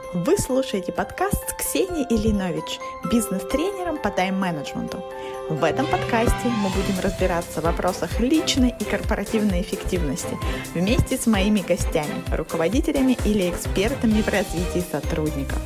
Вы слушаете подкаст с Ксенией Ильинович, бизнес-тренером по тайм-менеджменту. В этом подкасте мы будем разбираться в вопросах личной и корпоративной эффективности вместе с моими гостями, руководителями или экспертами в развитии сотрудников.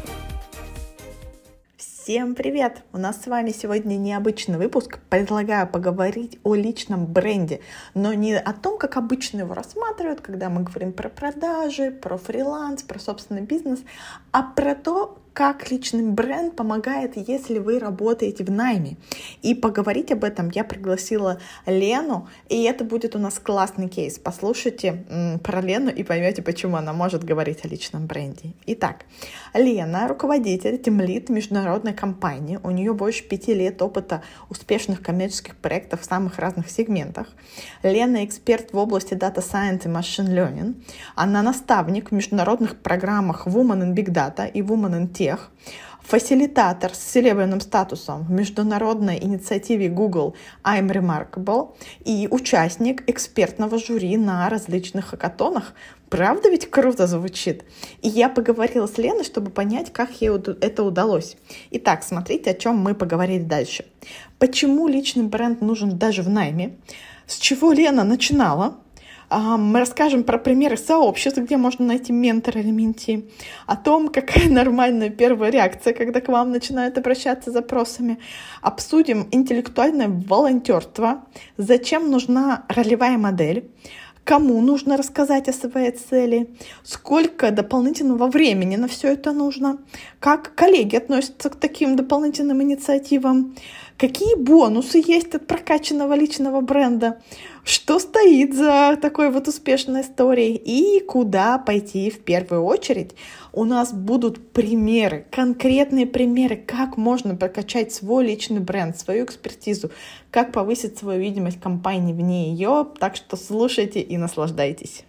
Всем привет! У нас с вами сегодня необычный выпуск. Предлагаю поговорить о личном бренде, но не о том, как обычно его рассматривают, когда мы говорим про продажи, про фриланс, про собственный бизнес, а про то, как личный бренд помогает, если вы работаете в найме. И поговорить об этом я пригласила Лену, и это будет у нас классный кейс. Послушайте про Лену и поймете, почему она может говорить о личном бренде. Итак, Лена — руководитель, тимлид международной компании. У нее больше 5 лет опыта успешных коммерческих проектов в самых разных сегментах. Лена — эксперт в области Data Science и Machine Learning. Она наставник в международных программах Women in Big Data и Women in Tech, фасилитатор с серебряным статусом в международной инициативе Google I'm Remarkable и участник экспертного жюри на различных хакатонах. Правда ведь круто звучит? И я поговорила с Леной, чтобы понять, как ей это удалось. Итак, смотрите, о чем мы поговорили дальше. Почему личный бренд нужен даже в найме? С чего Лена начинала? Мы расскажем про примеры сообществ, где можно найти ментора или менти, о том, какая нормальная первая реакция, когда к вам начинают обращаться с запросами. Обсудим интеллектуальное волонтерство, зачем нужна ролевая модель, кому нужно рассказать о своей цели, сколько дополнительного времени на все это нужно, как коллеги относятся к таким дополнительным инициативам, какие бонусы есть от прокачанного личного бренда, что стоит за такой вот успешной историей и куда пойти в первую очередь. У нас будут примеры, конкретные примеры, как можно прокачать свой личный бренд, свою экспертизу, как повысить свою видимость компании вне ее. Так что слушайте и наслаждайтесь.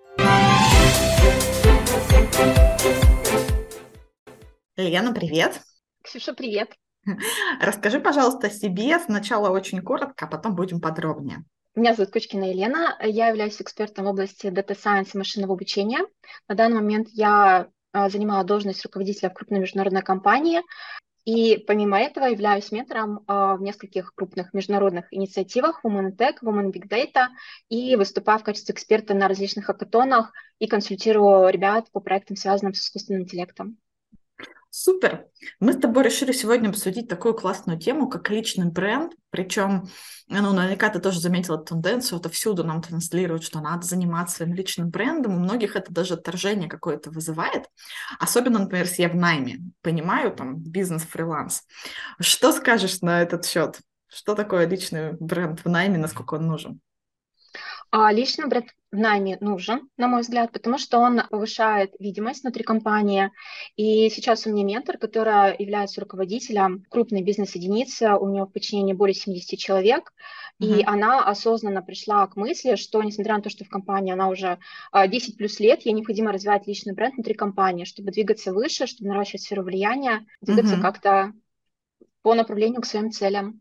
Лена, привет! Ксюша, привет! Расскажи, пожалуйста, о себе сначала очень коротко, а потом будем подробнее. Меня зовут Кучкина Елена, я являюсь экспертом в области Data Science и машинного обучения. На данный момент я занимала должность руководителя в крупной международной компании, и помимо этого являюсь ментором в нескольких крупных международных инициативах Women in Tech, Women in Big Data, и выступаю в качестве эксперта на различных хакатонах и консультирую ребят по проектам, связанным с искусственным интеллектом. Супер! Мы с тобой решили сегодня обсудить такую классную тему, как личный бренд. Причем, наверняка ты тоже заметила тенденцию, это всюду нам транслируют, что надо заниматься своим личным брендом. У многих это даже отторжение какое-то вызывает. Особенно, например, если я в найме, понимаю, там, бизнес-фриланс. Что скажешь на этот счет? Что такое личный бренд в найме, насколько он нужен? Личный бренд в найме нужен, на мой взгляд, потому что он повышает видимость внутри компании. И сейчас у меня ментор, которая является руководителем крупной бизнес-единицы, у нее в подчинении более 70 человек, и она осознанно пришла к мысли, что, несмотря на то, что в компании она уже 10 плюс лет, ей необходимо развивать личный бренд внутри компании, чтобы двигаться выше, чтобы наращивать сферу влияния, двигаться как-то по направлению к своим целям.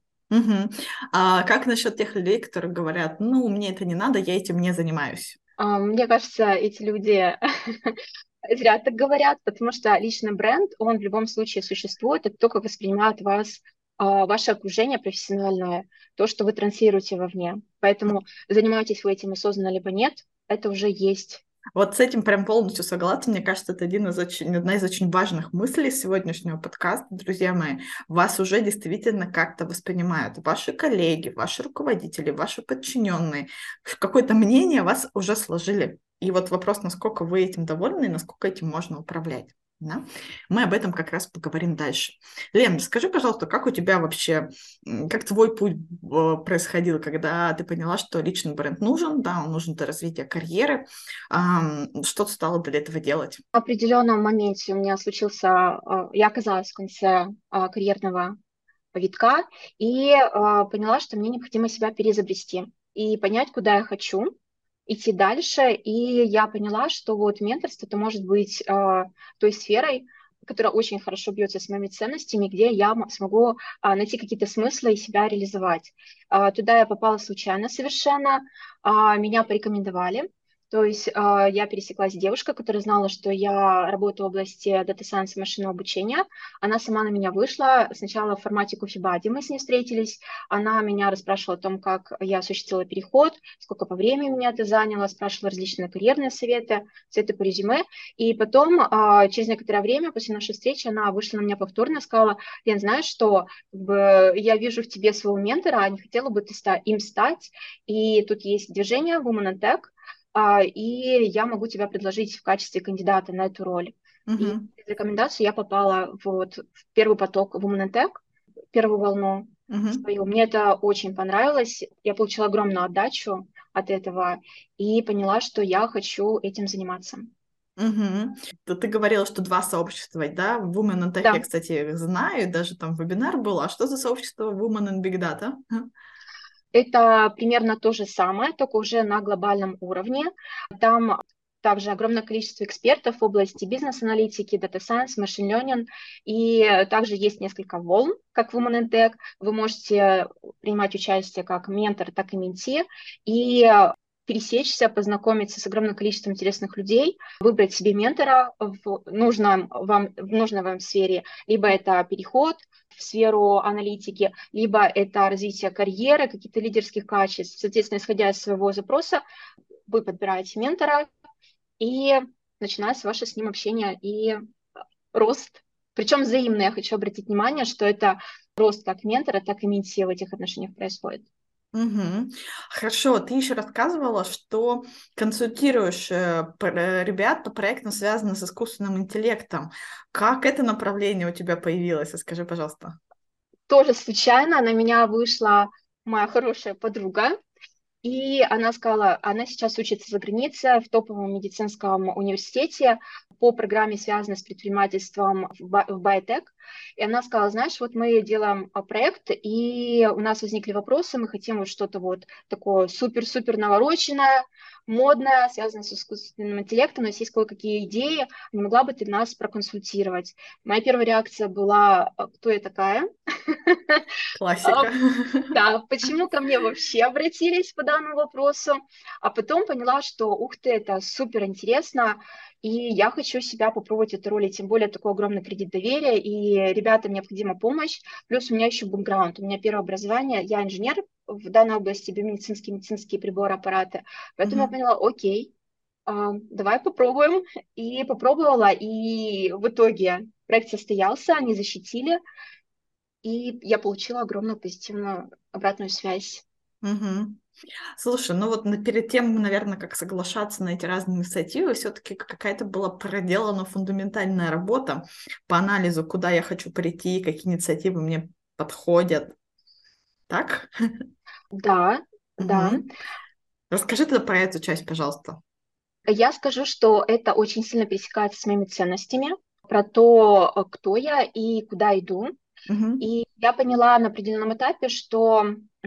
А как насчет тех людей, которые говорят, мне это не надо, я этим не занимаюсь? Мне кажется, эти люди зря так говорят, потому что личный бренд, он в любом случае существует, это то, как воспринимает вас ваше окружение профессиональное, то, что вы транслируете вовне. Поэтому занимаетесь вы этим осознанно либо нет, это уже есть. Вот с этим прям полностью согласна. Мне кажется, это одна из очень важных мыслей сегодняшнего подкаста. Друзья мои, вас уже действительно как-то воспринимают. Ваши коллеги, ваши руководители, ваши подчиненные. Какое-то мнение вас уже сложили. И вот вопрос, насколько вы этим довольны и насколько этим можно управлять. Да? Мы об этом как раз поговорим дальше. Лен, расскажи, пожалуйста, как у тебя вообще, как твой путь происходил, когда ты поняла, что личный бренд нужен, да, он нужен для развития карьеры, что ты стала для этого делать? В определенном моменте у меня случился, я оказалась в конце карьерного витка и поняла, что мне необходимо себя переизобрести и понять, куда я хочу идти дальше. И я поняла, что вот менторство это может быть той сферой, которая очень хорошо бьется с моими ценностями, где я смогу найти какие-то смыслы и себя реализовать. Туда я попала случайно совершенно, меня порекомендовали. То есть я пересеклась с девушкой, которая знала, что я работаю в области Data Science и машинного обучения. Она сама на меня вышла. Сначала в формате кофе-бади мы с ней встретились. Она меня расспрашивала о том, как я осуществила переход, сколько по времени меня это заняло, спрашивала различные карьерные советы, советы по резюме. И потом, через некоторое время, после нашей встречи, она вышла на меня повторно и сказала: Лен, знаешь что, как бы, я вижу в тебе своего ментора, а не хотела бы ты им стать. И тут есть движение Women in Tech, и я могу тебя предложить в качестве кандидата на эту роль. И Мгм. через рекомендацию я попала в первый поток Women in Tech, первую волну Мгм. свою. Мне это очень понравилось. Я получила огромную отдачу от этого и поняла, что я хочу этим заниматься. Мгм. Ты говорила, что два сообщества, да? Women in Tech, я, Да, кстати, знаю, даже там вебинар был. А что за сообщество Women in Big Data? это примерно то же самое, только уже на глобальном уровне. Там также огромное количество экспертов в области бизнес-аналитики, data science, machine learning, и также есть несколько волн, как в Women in Tech. Вы можете принимать участие как ментор, так и менти, и пересечься, познакомиться с огромным количеством интересных людей, выбрать себе ментора в нужной вам сфере, либо это переход в сферу аналитики, либо это развитие карьеры, каких-то лидерских качеств. Соответственно, исходя из своего запроса, вы подбираете ментора и начинается ваше с ним общение и рост. Причем взаимно. Я хочу обратить внимание, что это рост как ментора, так и менти в этих отношениях происходит. Мгм. Хорошо, ты еще рассказывала, что консультируешь ребят по проектам, связанным с искусственным интеллектом. Как это направление у тебя появилось? Расскажи, пожалуйста. Тоже случайно на меня вышла моя хорошая подруга, и она сказала, она сейчас учится за границей в топовом медицинском университете по программе, связанной с предпринимательством в Biotech. И она сказала: знаешь, вот мы делаем проект, и у нас возникли вопросы, мы хотим вот что-то вот такое супер-супер навороченное, модное, связанное с искусственным интеллектом, у нас есть кое-какие идеи, не могла бы ты нас проконсультировать? Моя первая реакция была: кто я такая? Классика. Да, почему ко мне вообще обратились по данному вопросу, а потом поняла, что ух ты, это супер интересно, и я хочу себя попробовать в этой роли, тем более такой огромный кредит доверия, и ребятам необходима помощь, плюс у меня еще бэкграунд, у меня первое образование, я инженер в данной области, биомедицинские, медицинские приборы, аппараты, поэтому я Мгм. поняла: окей, давай попробуем, и попробовала, и в итоге проект состоялся, они защитили, и я получила огромную позитивную обратную связь. Мгм. Слушай, ну вот перед тем, наверное, как соглашаться на эти разные инициативы, все-таки какая-то была проделана фундаментальная работа по анализу, куда я хочу прийти, какие инициативы мне подходят. Так? Да, да. Мгм. Расскажи тогда про эту часть, пожалуйста. Я скажу, что это очень сильно пересекается с моими ценностями, про то, кто я и куда иду. Мгм. И я поняла на определенном этапе, что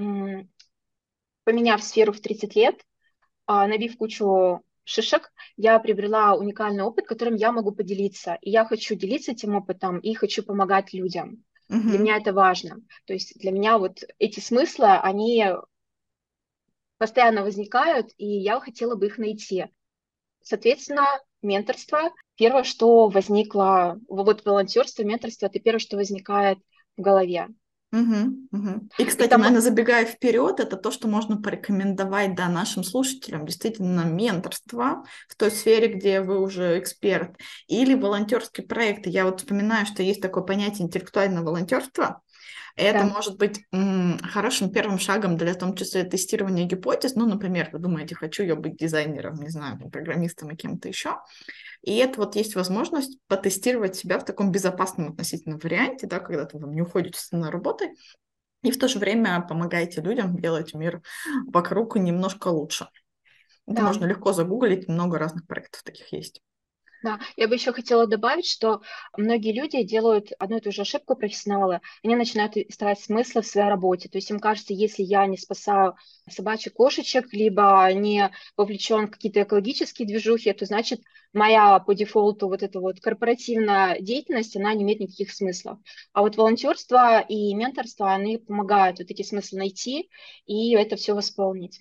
поменяв сферу в 30 лет, набив кучу шишек, я приобрела уникальный опыт, которым я могу поделиться. И я хочу делиться этим опытом и хочу помогать людям. Для Мгм. меня это важно. То есть для меня вот эти смыслы, они постоянно возникают, и я хотела бы их найти. Соответственно, менторство. Первое, что возникло, вот волонтерство, менторство, это первое, что возникает в голове. Мгм. Мгм. И, И кстати, там, наверное, забегая вперед, это то, что можно порекомендовать, да, нашим слушателям. Действительно, менторство в той сфере, где вы уже эксперт, или волонтерские проекты. Я вот вспоминаю, что есть такое понятие интеллектуальное волонтерство. Это да, может быть хорошим первым шагом для, в том числе, тестирования гипотез. Ну, например, вы думаете, хочу я быть дизайнером, не знаю, там, программистом и кем-то еще. И это вот есть возможность потестировать себя в таком безопасном относительно варианте, да, когда вы не уходите с основной работы, и в то же время помогаете людям делать мир вокруг немножко лучше. Это да. можно легко загуглить, много разных проектов таких есть. Да, я бы еще хотела добавить, что многие люди делают одну и ту же ошибку, профессионалы. Они начинают искать смысл в своей работе. То есть им кажется, если я не спасаю собачек, кошечек, либо не вовлечен в какие-то экологические движухи, то значит моя по дефолту вот эта вот корпоративная деятельность, она не имеет никаких смыслов. А вот волонтерство и менторство, они помогают вот эти смыслы найти и это все восполнить.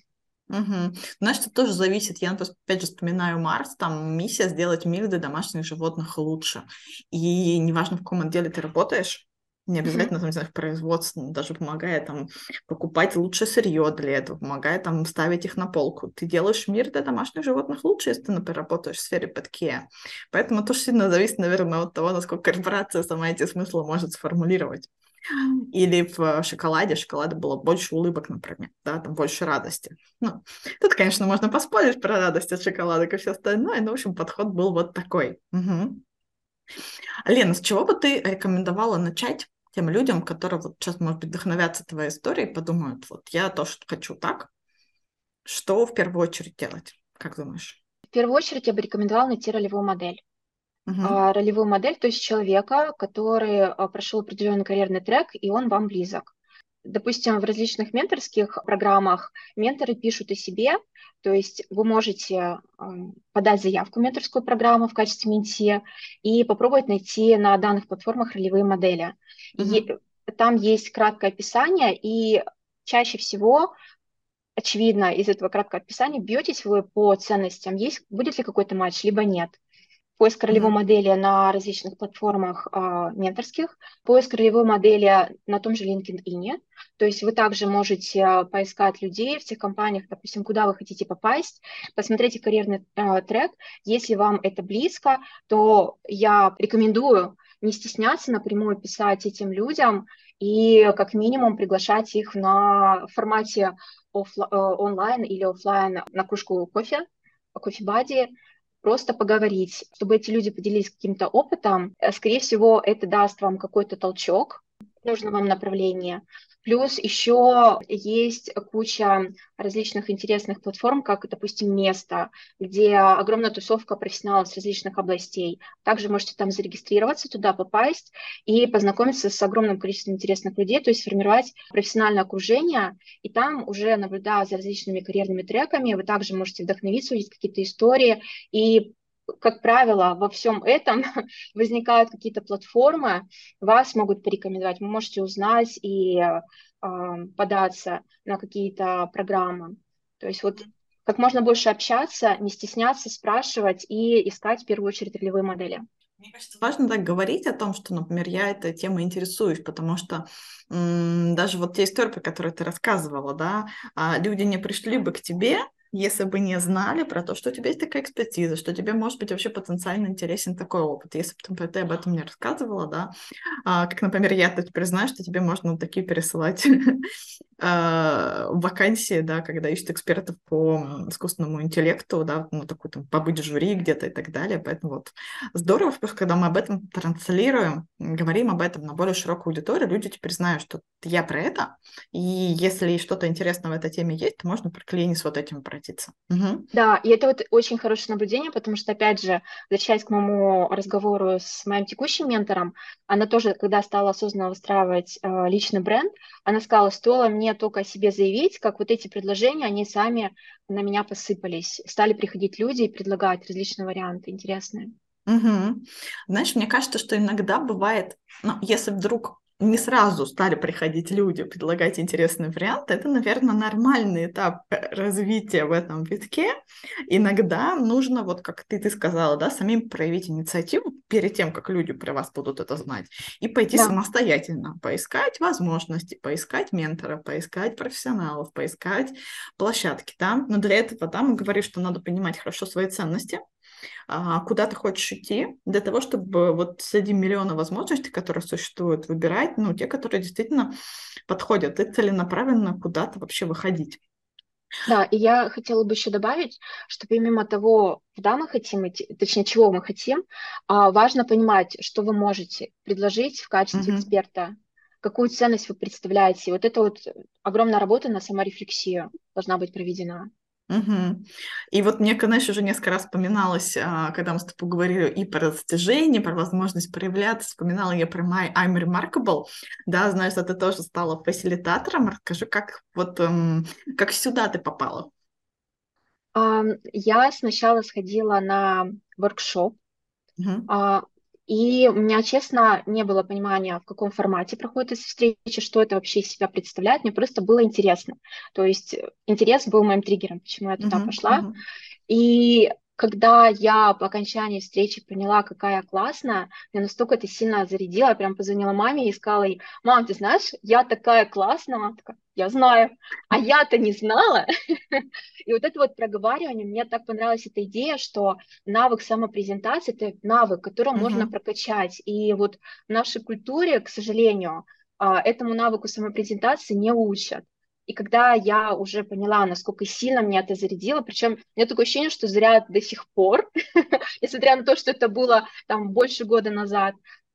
Мгм. Знаешь, это тоже зависит. Я, просто, опять же, вспоминаю Марс, там миссия сделать мир для домашних животных лучше. И неважно, в каком отделе ты работаешь, не Мгм. обязательно, там, не знаю, в производстве, даже помогая там покупать лучшее сырье для этого, помогая там ставить их на полку. Ты делаешь мир для домашних животных лучше, если ты, например, работаешь в сфере пэт-кеа. Поэтому тоже сильно зависит, наверное, от того, насколько корпорация сама эти смыслы может сформулировать. Или в шоколаде было больше улыбок, например, да, там больше радости. Ну, тут, конечно, можно поспорить про радость от шоколадок и все остальное, но, в общем, подход был вот такой. Мгм. Лена, с чего бы ты рекомендовала начать тем людям, которые вот сейчас, может быть, вдохновятся твоей историей, подумают, вот я тоже хочу так, что в первую очередь делать? Как думаешь? В первую очередь я бы рекомендовала найти ролевую модель. Мгм. Ролевую модель, то есть человека, который прошел определенный карьерный трек, и он вам близок. Допустим, в различных менторских программах менторы пишут о себе, то есть вы можете подать заявку в менторскую программу в качестве менти и попробовать найти на данных платформах ролевые модели. Мгм. Там есть краткое описание, и чаще всего, очевидно, из этого краткого описания бьетесь вы по ценностям, будет ли какой-то матч, либо нет. Поиск ролевой Мгм. модели на различных платформах менторских, поиск ролевой модели на том же LinkedIn. То есть вы также можете поискать людей в тех компаниях, допустим, куда вы хотите попасть, посмотреть их карьерный трек. Если вам это близко, то я рекомендую не стесняться напрямую писать этим людям и как минимум приглашать их на формате онлайн или оффлайн на кружку кофе, кофе-бади, просто поговорить, чтобы эти люди поделились каким-то опытом. Скорее всего, это даст вам какой-то толчок в нужном вам направлении. Плюс еще есть куча различных интересных платформ, как, допустим, Место, где огромная тусовка профессионалов с различных областей. Также можете там зарегистрироваться, туда попасть и познакомиться с огромным количеством интересных людей, то есть сформировать профессиональное окружение, и там уже, наблюдая за различными карьерными треками, вы также можете вдохновиться, увидеть какие-то истории, и как правило, во всем этом возникают какие-то платформы, вас могут порекомендовать, вы можете узнать и податься на какие-то программы. То есть вот как можно больше общаться, не стесняться, спрашивать и искать в первую очередь ролевые модели. Мне кажется, важно так говорить о том, что, например, я этой темой интересуюсь, потому что даже вот те истории, про которые ты рассказывала, да, люди не пришли бы к тебе, если бы не знали про то, что у тебя есть такая экспертиза, что тебе может быть вообще потенциально интересен такой опыт. Если бы ты об этом не рассказывала, да, как, например, я теперь знаю, что тебе можно вот такие пересылать вакансии, да, когда ищут экспертов по искусственному интеллекту, да, ну, такой там побыть в жюри где-то и так далее. Поэтому вот здорово, потому когда мы об этом транслируем, говорим об этом на более широкую аудиторию, люди теперь знают, что я про это, и если что-то интересное в этой теме есть, то можно при клиенте с вот этим обратиться. Мгм. Да, и это вот очень хорошее наблюдение, потому что, опять же, возвращаясь к моему разговору с моим текущим ментором, она тоже, когда стала осознанно выстраивать личный бренд, она сказала, стоило мне только о себе заявить, как вот эти предложения, они сами на меня посыпались. Стали приходить люди и предлагать различные варианты интересные. Мгм. Знаешь, мне кажется, что иногда бывает, ну, если вдруг не сразу стали приходить люди, предлагать интересные варианты, это, наверное, нормальный этап развития в этом витке. Иногда нужно, вот как ты сказала, да, самим проявить инициативу перед тем, как люди про вас будут это знать, и пойти Да. самостоятельно, поискать возможности, поискать ментора, поискать профессионалов, поискать площадки, да. Но для этого, да, мы говорим, что надо понимать хорошо свои ценности, куда ты хочешь идти, для того, чтобы вот среди миллиона возможностей, которые существуют, выбирать, ну, те, которые действительно подходят, и целенаправленно куда-то вообще выходить. Да, и я хотела бы еще добавить, что помимо того, куда мы хотим идти, точнее, чего мы хотим, важно понимать, что вы можете предложить в качестве Мгм. эксперта, какую ценность вы представляете. И вот это вот огромная работа на саморефлексию должна быть проведена. Мгм. И вот мне, конечно, уже несколько раз вспоминалось, когда мы с тобой говорили и про достижения, про возможность проявляться, вспоминала я про My I'm Remarkable, да, знаю, что ты тоже стала фасилитатором, расскажи, как вот, как сюда ты попала? Я сначала сходила на воркшоп, Мгм. И у меня, честно, не было понимания, в каком формате проходит эта встреча, что это вообще из себя представляет. Мне просто было интересно. То есть интерес был моим триггером, почему я туда Мгм, пошла. мгм. И когда я по окончании встречи поняла, какая я классная, меня настолько это сильно зарядило, я прям позвонила маме и сказала ей: «Мам, ты знаешь, я такая классная». Она такая: «Я знаю». А я-то не знала. И вот это вот проговаривание, мне так понравилась эта идея, что навык самопрезентации — это навык, который можно Мгм. прокачать. И вот в нашей культуре, к сожалению, этому навыку самопрезентации не учат. И когда я уже поняла, насколько сильно меня это зарядило, причем у меня такое ощущение, что заряд до сих пор, несмотря на то, что это было там больше года назад,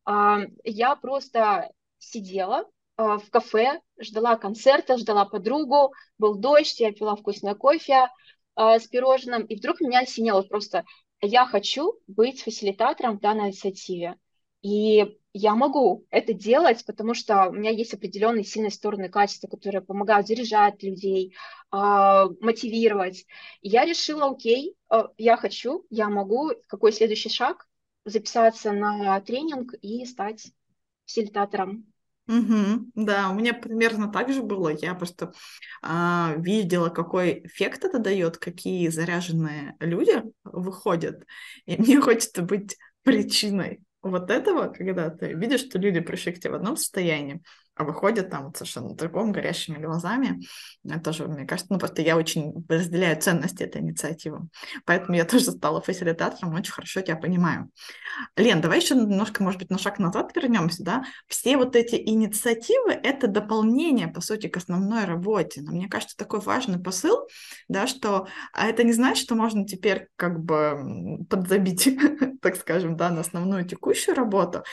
я просто сидела в кафе, ждала концерта, ждала подругу, был дождь, я пила вкусное кофе с пирожным, и вдруг меня осенило просто: я хочу быть фасилитатором в данной инициативе. И я могу это делать, потому что у меня есть определенные сильные стороны и качества, которые помогают заряжать людей, мотивировать. И я решила: окей, я хочу, я могу. Какой следующий шаг? Записаться на тренинг и стать фасилитатором. Мгм. Да, у меня примерно так же было. Я просто видела, какой эффект это дает, какие заряженные люди выходят. И мне хочется быть причиной вот этого, когда ты видишь, что люди пришли к тебе в одном состоянии, а выходят там вот совершенно другом, горящими глазами. Это тоже, мне кажется, ну просто я очень разделяю ценности этой инициативы. Поэтому я тоже стала фасилитатором, очень хорошо тебя понимаю. Лен, давай еще немножко, может быть, на шаг назад вернемся, да? Все вот эти инициативы — это дополнение, по сути, к основной работе. Но мне кажется, такой важный посыл, да, что это не значит, что можно теперь как бы подзабить, так скажем, да, на основную текущую работу.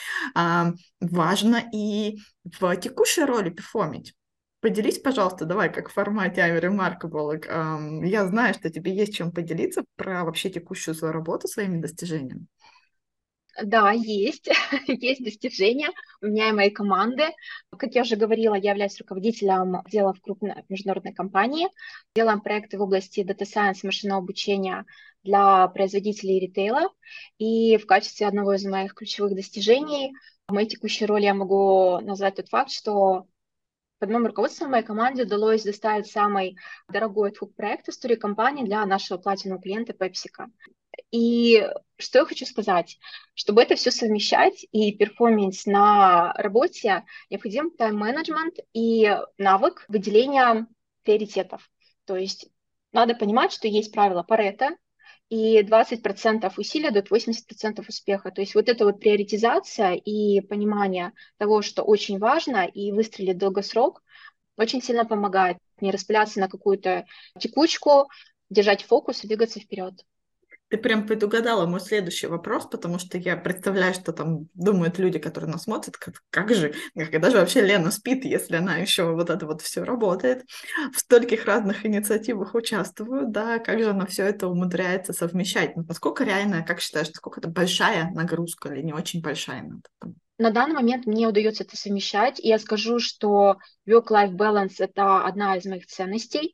Важно и в текущей роли перформить. Поделись, пожалуйста, давай, как в формате I'm Remarkable. Я знаю, что тебе есть чем поделиться про вообще текущую свою работу, своими достижениями. Да, есть, есть достижения у меня и моей команды. Как я уже говорила, я являюсь руководителем отдела в крупной международной компании. Делаем проекты в области Data Science, машинного обучения для производителей ритейла. И в качестве одного из моих ключевых достижений в моей текущей роли я могу назвать тот факт, что под моим руководством моей команде удалось доставить самый дорогой проект в истории компании для нашего платинового клиента PepsiCo. И что я хочу сказать? Чтобы это все совмещать и перформить на работе, необходим тайм-менеджмент и навык выделения приоритетов. То есть надо понимать, что есть правило Парето, и 20% усилия дают 80% успеха. То есть вот эта вот приоритизация и понимание того, что очень важно, и выстрелить в долгосрок, очень сильно помогает не распыляться на какую-то текучку, держать фокус и двигаться вперед. Ты прям предугадала мой следующий вопрос, потому что я представляю, что там думают люди, которые нас смотрят, как же, когда же вообще Лена спит, если она еще вот это вот все работает, в стольких разных инициативах участвует, да, как же она все это умудряется совмещать? Ну, насколько реально, как считаешь, насколько это большая нагрузка или не очень большая? На данный момент мне удается это совмещать, и я скажу, что work-life balance — это одна из моих ценностей.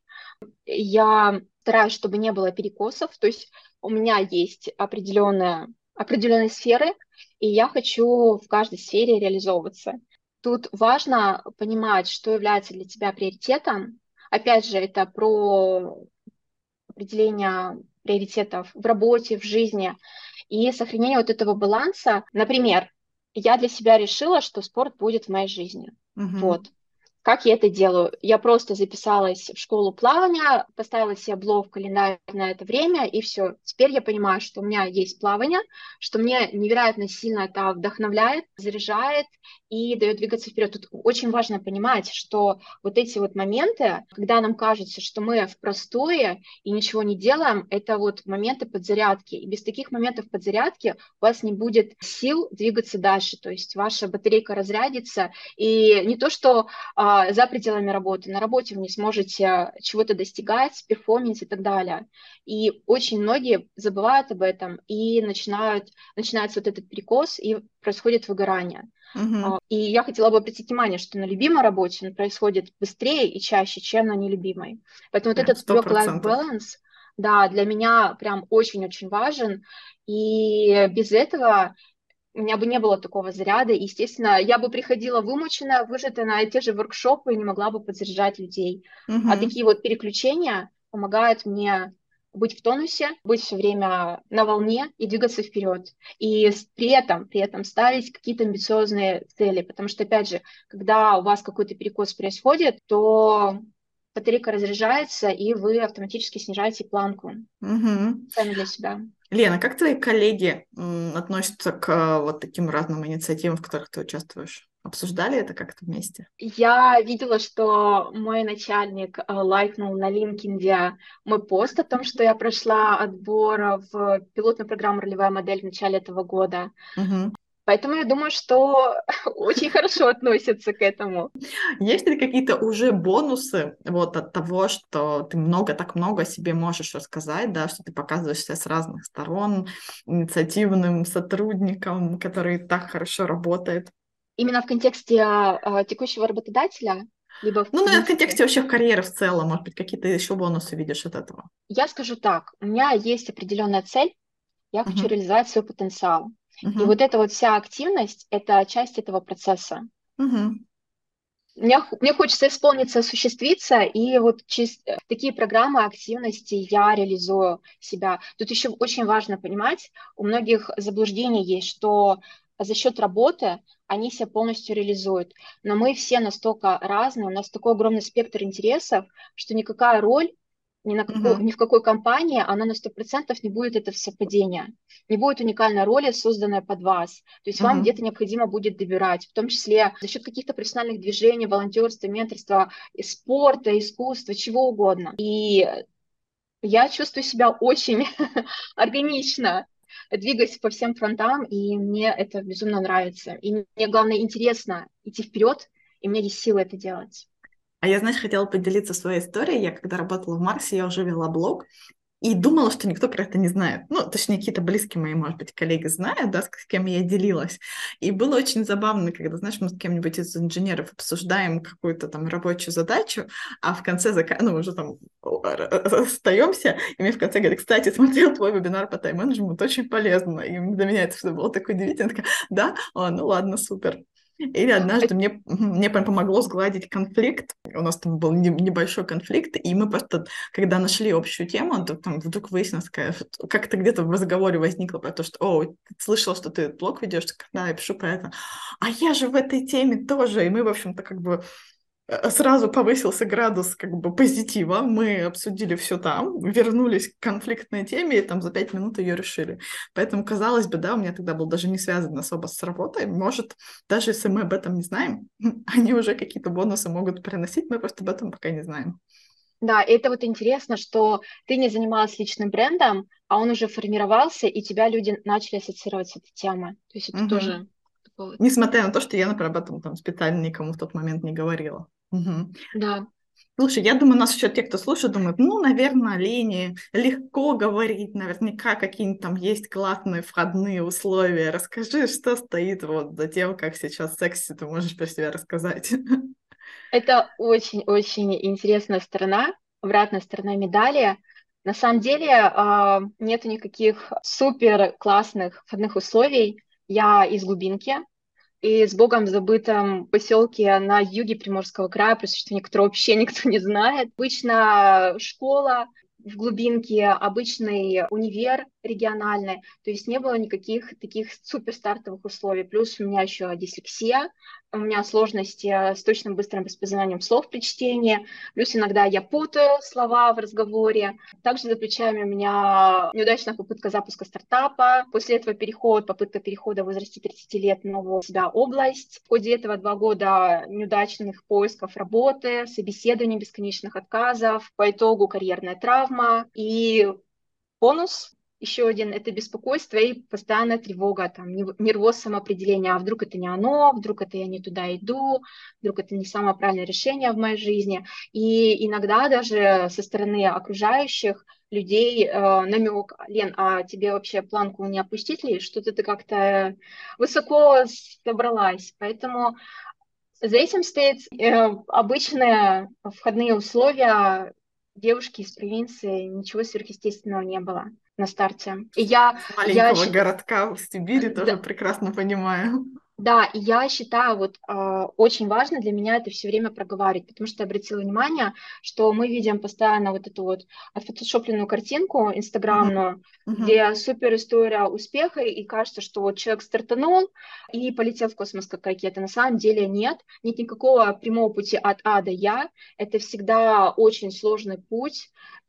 Я стараюсь, чтобы не было перекосов, то есть у меня есть определенные сферы, и я хочу в каждой сфере реализовываться. Тут важно понимать, что является для тебя приоритетом. Опять же, это про определение приоритетов в работе, в жизни и сохранение вот этого баланса. Например, я для себя решила, что спорт будет в моей жизни. Мгм. Вот. Как я это делаю? Я просто записалась в школу плавания, поставила себе блок в календарь на это время, и все. Теперь я понимаю, что у меня есть плавание, что мне невероятно сильно это вдохновляет, заряжает и дает двигаться вперед. Тут очень важно понимать, что вот эти вот моменты, когда нам кажется, что мы в простое и ничего не делаем, это вот моменты подзарядки. И без таких моментов подзарядки у вас не будет сил двигаться дальше. То есть ваша батарейка разрядится, и не то, что за пределами работы. На работе вы не сможете чего-то достигать, перформить и так далее. И очень многие забывают об этом и начинается вот этот перекос, и происходит выгорание. Мгм. И я хотела бы обратить внимание, что на любимой работе он происходит быстрее и чаще, чем на нелюбимой. Поэтому вот Прям этот сто work-life процентов. balance, да, для меня прям очень-очень важен. И без этого у меня бы не было такого заряда. И, естественно, я бы приходила вымученная, выжатая на те же воркшопы и не могла бы поддержать людей. А Мгм. такие вот переключения помогают мне быть в тонусе, быть все время на волне и двигаться вперед. И при этом ставить какие-то амбициозные цели. Потому что, опять же, когда у вас какой-то перекос происходит, то батарейка разряжается, и вы автоматически снижаете планку Мгм. сами для себя. Лена, как твои коллеги относятся к вот таким разным инициативам, в которых ты участвуешь? Обсуждали это как-то вместе? Я видела, что мой начальник лайкнул на LinkedIn мой пост о том, что я прошла отбор в пилотную программу «Ролевая модель» в начале этого года. Мгм. Поэтому я думаю, что очень хорошо относятся к этому. Есть ли какие-то уже бонусы вот от того, что ты так много о себе можешь рассказать, да, что ты показываешься с разных сторон, инициативным сотрудником, который так хорошо работает? Именно в контексте текущего работодателя, либо в Ну, наверное, в принципе. контексте вообще карьеры в целом, может быть, какие-то еще бонусы видишь от этого? Я скажу так, у меня есть определенная цель, я хочу Мгм. реализовать свой потенциал. И вот Мгм. эта вот вся активность — это часть этого процесса. Мгм. Мне хочется исполниться, осуществиться, и вот через такие программы активности я реализую себя. Тут еще очень важно понимать, у многих заблуждений есть, что за счет работы они себя полностью реализуют. Но мы все настолько разные, у нас такой огромный спектр интересов, что никакая роль ни Мгм. в какой компании, она на 100% не будет это совпадение. Не будет уникальной роли, созданной под вас. То есть вам где-то Мгм. необходимо будет добирать, в том числе за счет каких-то профессиональных движений, волонтерства, менторства, спорта, искусства, чего угодно. И я чувствую себя очень органично, двигаясь по всем фронтам, и мне это безумно нравится. И мне, главное, интересно идти вперед, и у меня есть силы это делать. А я, знаешь, хотела поделиться своей историей. Я когда работала в Марсе, я уже вела блог, и думала, что никто про это не знает. Ну, точнее, какие-то близкие мои, может быть, коллеги знают, да, с кем я делилась. И было очень забавно, когда, знаешь, мы с кем-нибудь из инженеров обсуждаем какую-то там рабочую задачу, а в конце, ну, уже там остаемся, и мне в конце говорят, кстати, смотрел твой вебинар по тайм-менеджменту, очень полезно. И для меня это все было такое удивительно. Я такая, да? О, ну ладно, супер. Или однажды мне прям помогло сгладить конфликт. У нас там был небольшой конфликт, и мы просто когда нашли общую тему, то там вдруг выяснилось, как-то где-то в разговоре возникло про то, что, о, ты слышала, что ты блог ведешь, да, я пишу про это. А я же в этой теме тоже, и мы, в общем-то, как бы сразу повысился градус как бы позитива, мы обсудили все там, вернулись к конфликтной теме и там за 5 минут ее решили. Поэтому, казалось бы, да, у меня тогда был даже не связан особо с работой, может, даже если мы об этом не знаем, они уже какие-то бонусы могут приносить, мы просто об этом пока не знаем. Да, и это вот интересно, что ты не занималась личным брендом, а он уже формировался, и тебя люди начали ассоциировать с этой темой. То есть это Мгм. тоже такой вот. Несмотря на то, что я, например, об этом там специально никому в тот момент не говорила. Мгм. Да. Слушай, я думаю, нас еще те, кто слушает, думают, ну, наверное, Лене легко говорить, наверняка какие-нибудь там есть классные входные условия. Расскажи, что стоит вот за тем, как сейчас секси ты можешь про себя рассказать. Это очень-очень интересная сторона, обратная сторона медали. На самом деле нету никаких супер классных входных условий. Я из глубинки, и с богом забытом поселке на юге Приморского края, про существование которого вообще никто не знает. Обычно школа в глубинке, обычный универ региональный, то есть не было никаких таких супер стартовых условий. Плюс у меня еще дислексия, у меня сложности с точным быстрым распознаванием слов при чтении, плюс иногда я путаю слова в разговоре. Также за плечами у меня неудачная попытка запуска стартапа, после этого попытка перехода в возрасте 30 лет в новую себя область. В ходе этого 2 года неудачных поисков работы, собеседований, бесконечных отказов, по итогу карьерная травма и бонус еще один — это беспокойство и постоянная тревога, там, нервоз самоопределения, а вдруг это не оно, вдруг это я не туда иду, вдруг это не самое правильное решение в моей жизни. И иногда даже со стороны окружающих людей намек: Лен, а тебе вообще планку не опустить ли? Что-то ты как-то высоко собралась. Поэтому за этим стоит обычные входные условия девушки из провинции, ничего сверхъестественного не было. на старте. С Я, маленького щи- городка в Сибири тоже да, прекрасно понимаю. Да, и я считаю, вот очень важно для меня это все время проговаривать, потому что я обратила внимание, что мы видим постоянно вот эту вот отфотошопленную картинку Мгм. инстаграмную, Мгм. где супер история успеха, и кажется, что вот человек стартанул и полетел в космос как ракета. На самом деле нет никакого прямого пути от А до Я. Это всегда очень сложный путь,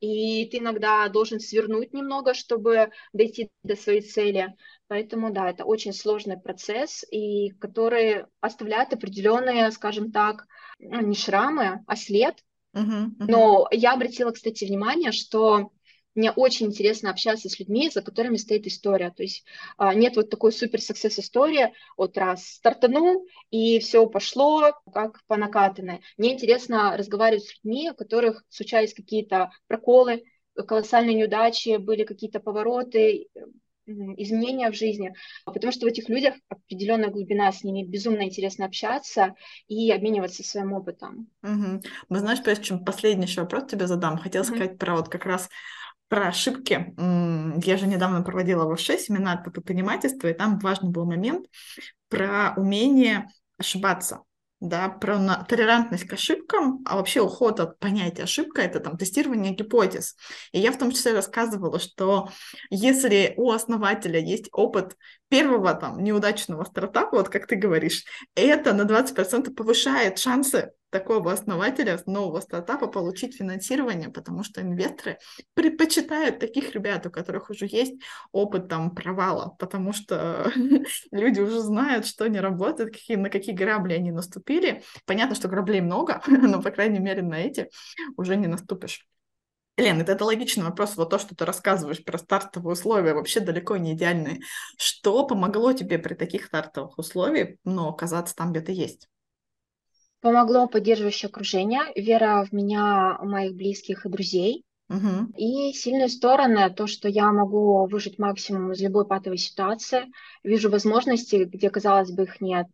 и ты иногда должен свернуть немного, чтобы дойти до своей цели. Поэтому, да, это очень сложный процесс, и который оставляет определенные, скажем так, ну, не шрамы, а след. Мгм. Мгм. Но я обратила, кстати, внимание, что мне очень интересно общаться с людьми, за которыми стоит история. То есть нет вот такой супер success истории, вот раз стартанул, и все пошло как по накатанной. Мне интересно разговаривать с людьми, у которых случались какие-то проколы, колоссальные неудачи, были какие-то повороты, изменения в жизни, потому что в этих людях определенная глубина, с ними безумно интересно общаться и обмениваться своим опытом. Мгм. Ну, знаешь, прежде чем последний еще вопрос тебе задам, хотела Мгм. сказать про вот как раз про ошибки. Я же недавно проводила в ОШ семинар по предпринимательству, и там важный был момент про умение ошибаться, да, про толерантность к ошибкам, а вообще уход от понятия ошибка — это там тестирование гипотез. И я в том числе рассказывала, что если у основателя есть опыт первого там неудачного стартапа, вот как ты говоришь, это на 20% повышает шансы такого основателя нового стартапа получить финансирование, потому что инвесторы предпочитают таких ребят, у которых уже есть опыт там провала, потому что люди уже знают, что не работает, на какие грабли они наступили. Понятно, что граблей много, но, по крайней мере, на эти уже не наступишь. Лен, это логичный вопрос. Вот то, что ты рассказываешь про стартовые условия, вообще далеко не идеальные. Что помогло тебе при таких стартовых условиях, но оказаться там, где ты есть? Помогло поддерживающее окружение, вера в меня, моих близких и друзей. Угу. И сильные стороны, то, что я могу выжать максимум из любой патовой ситуации, вижу возможности, где, казалось бы, их нет.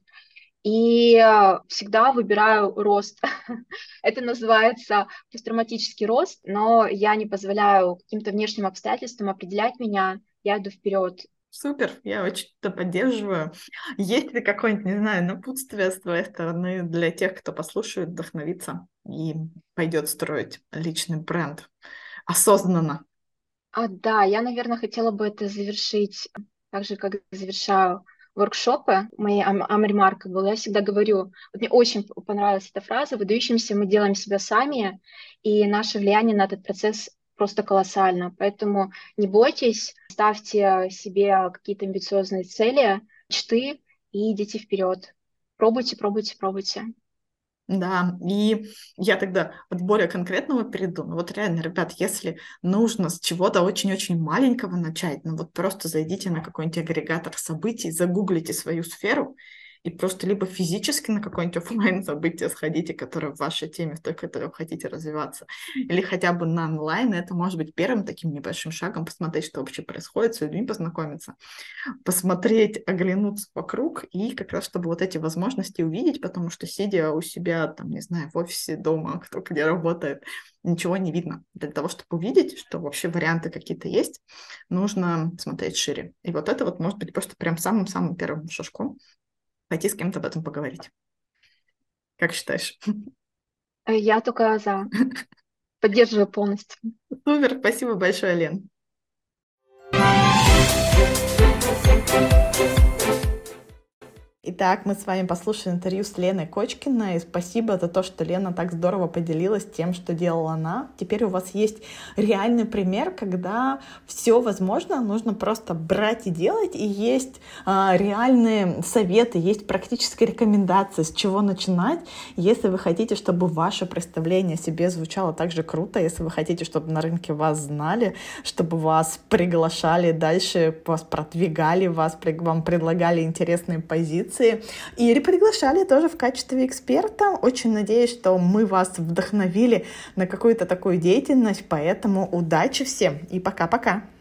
И всегда выбираю рост. Это называется посттравматический рост, но я не позволяю каким-то внешним обстоятельствам определять меня, я иду вперед. Супер, я очень это поддерживаю. Есть ли какое-нибудь, не знаю, напутствие с твоей стороны для тех, кто послушает, вдохновится и пойдет строить личный бренд осознанно? Да, я, наверное, хотела бы это завершить так же, как завершаю воркшопы. Моей ремарка была, я всегда говорю, вот мне очень понравилась эта фраза: выдающимся мы делаем себя сами, и наше влияние на этот процесс просто колоссально. Поэтому не бойтесь, ставьте себе какие-то амбициозные цели, мечты и идите вперед. Пробуйте, пробуйте, пробуйте. Да, и я тогда от более конкретного перейду. Ну вот реально, ребят, если нужно с чего-то очень-очень маленького начать, ну вот просто зайдите на какой-нибудь агрегатор событий, загуглите свою сферу и просто либо физически на какое-нибудь оффлайн событие сходите, которое в вашей теме, в той, которой вы хотите развиваться, или хотя бы на онлайн. Это может быть первым таким небольшим шагом посмотреть, что вообще происходит, с людьми познакомиться, посмотреть, оглянуться вокруг и как раз, чтобы вот эти возможности увидеть, потому что сидя у себя, там, не знаю, в офисе, дома, кто где работает, ничего не видно. Для того, чтобы увидеть, что вообще варианты какие-то есть, нужно смотреть шире. И вот это вот может быть просто прям самым-самым первым шажком пойти с кем-то об этом поговорить. Как считаешь? Я только за. Поддерживаю полностью. Супер, спасибо большое, Лен. Итак, мы с вами послушали интервью с Леной Кочкиной. Спасибо за то, что Лена так здорово поделилась тем, что делала она. Теперь у вас есть реальный пример, когда все возможно, нужно просто брать и делать. И есть реальные советы, есть практические рекомендации, с чего начинать. Если вы хотите, чтобы ваше представление о себе звучало так же круто, если вы хотите, чтобы на рынке вас знали, чтобы вас приглашали дальше, вас продвигали, вам предлагали интересные позиции, и приглашали тоже в качестве эксперта. Очень надеюсь, что мы вас вдохновили на какую-то такую деятельность, поэтому удачи всем и пока-пока!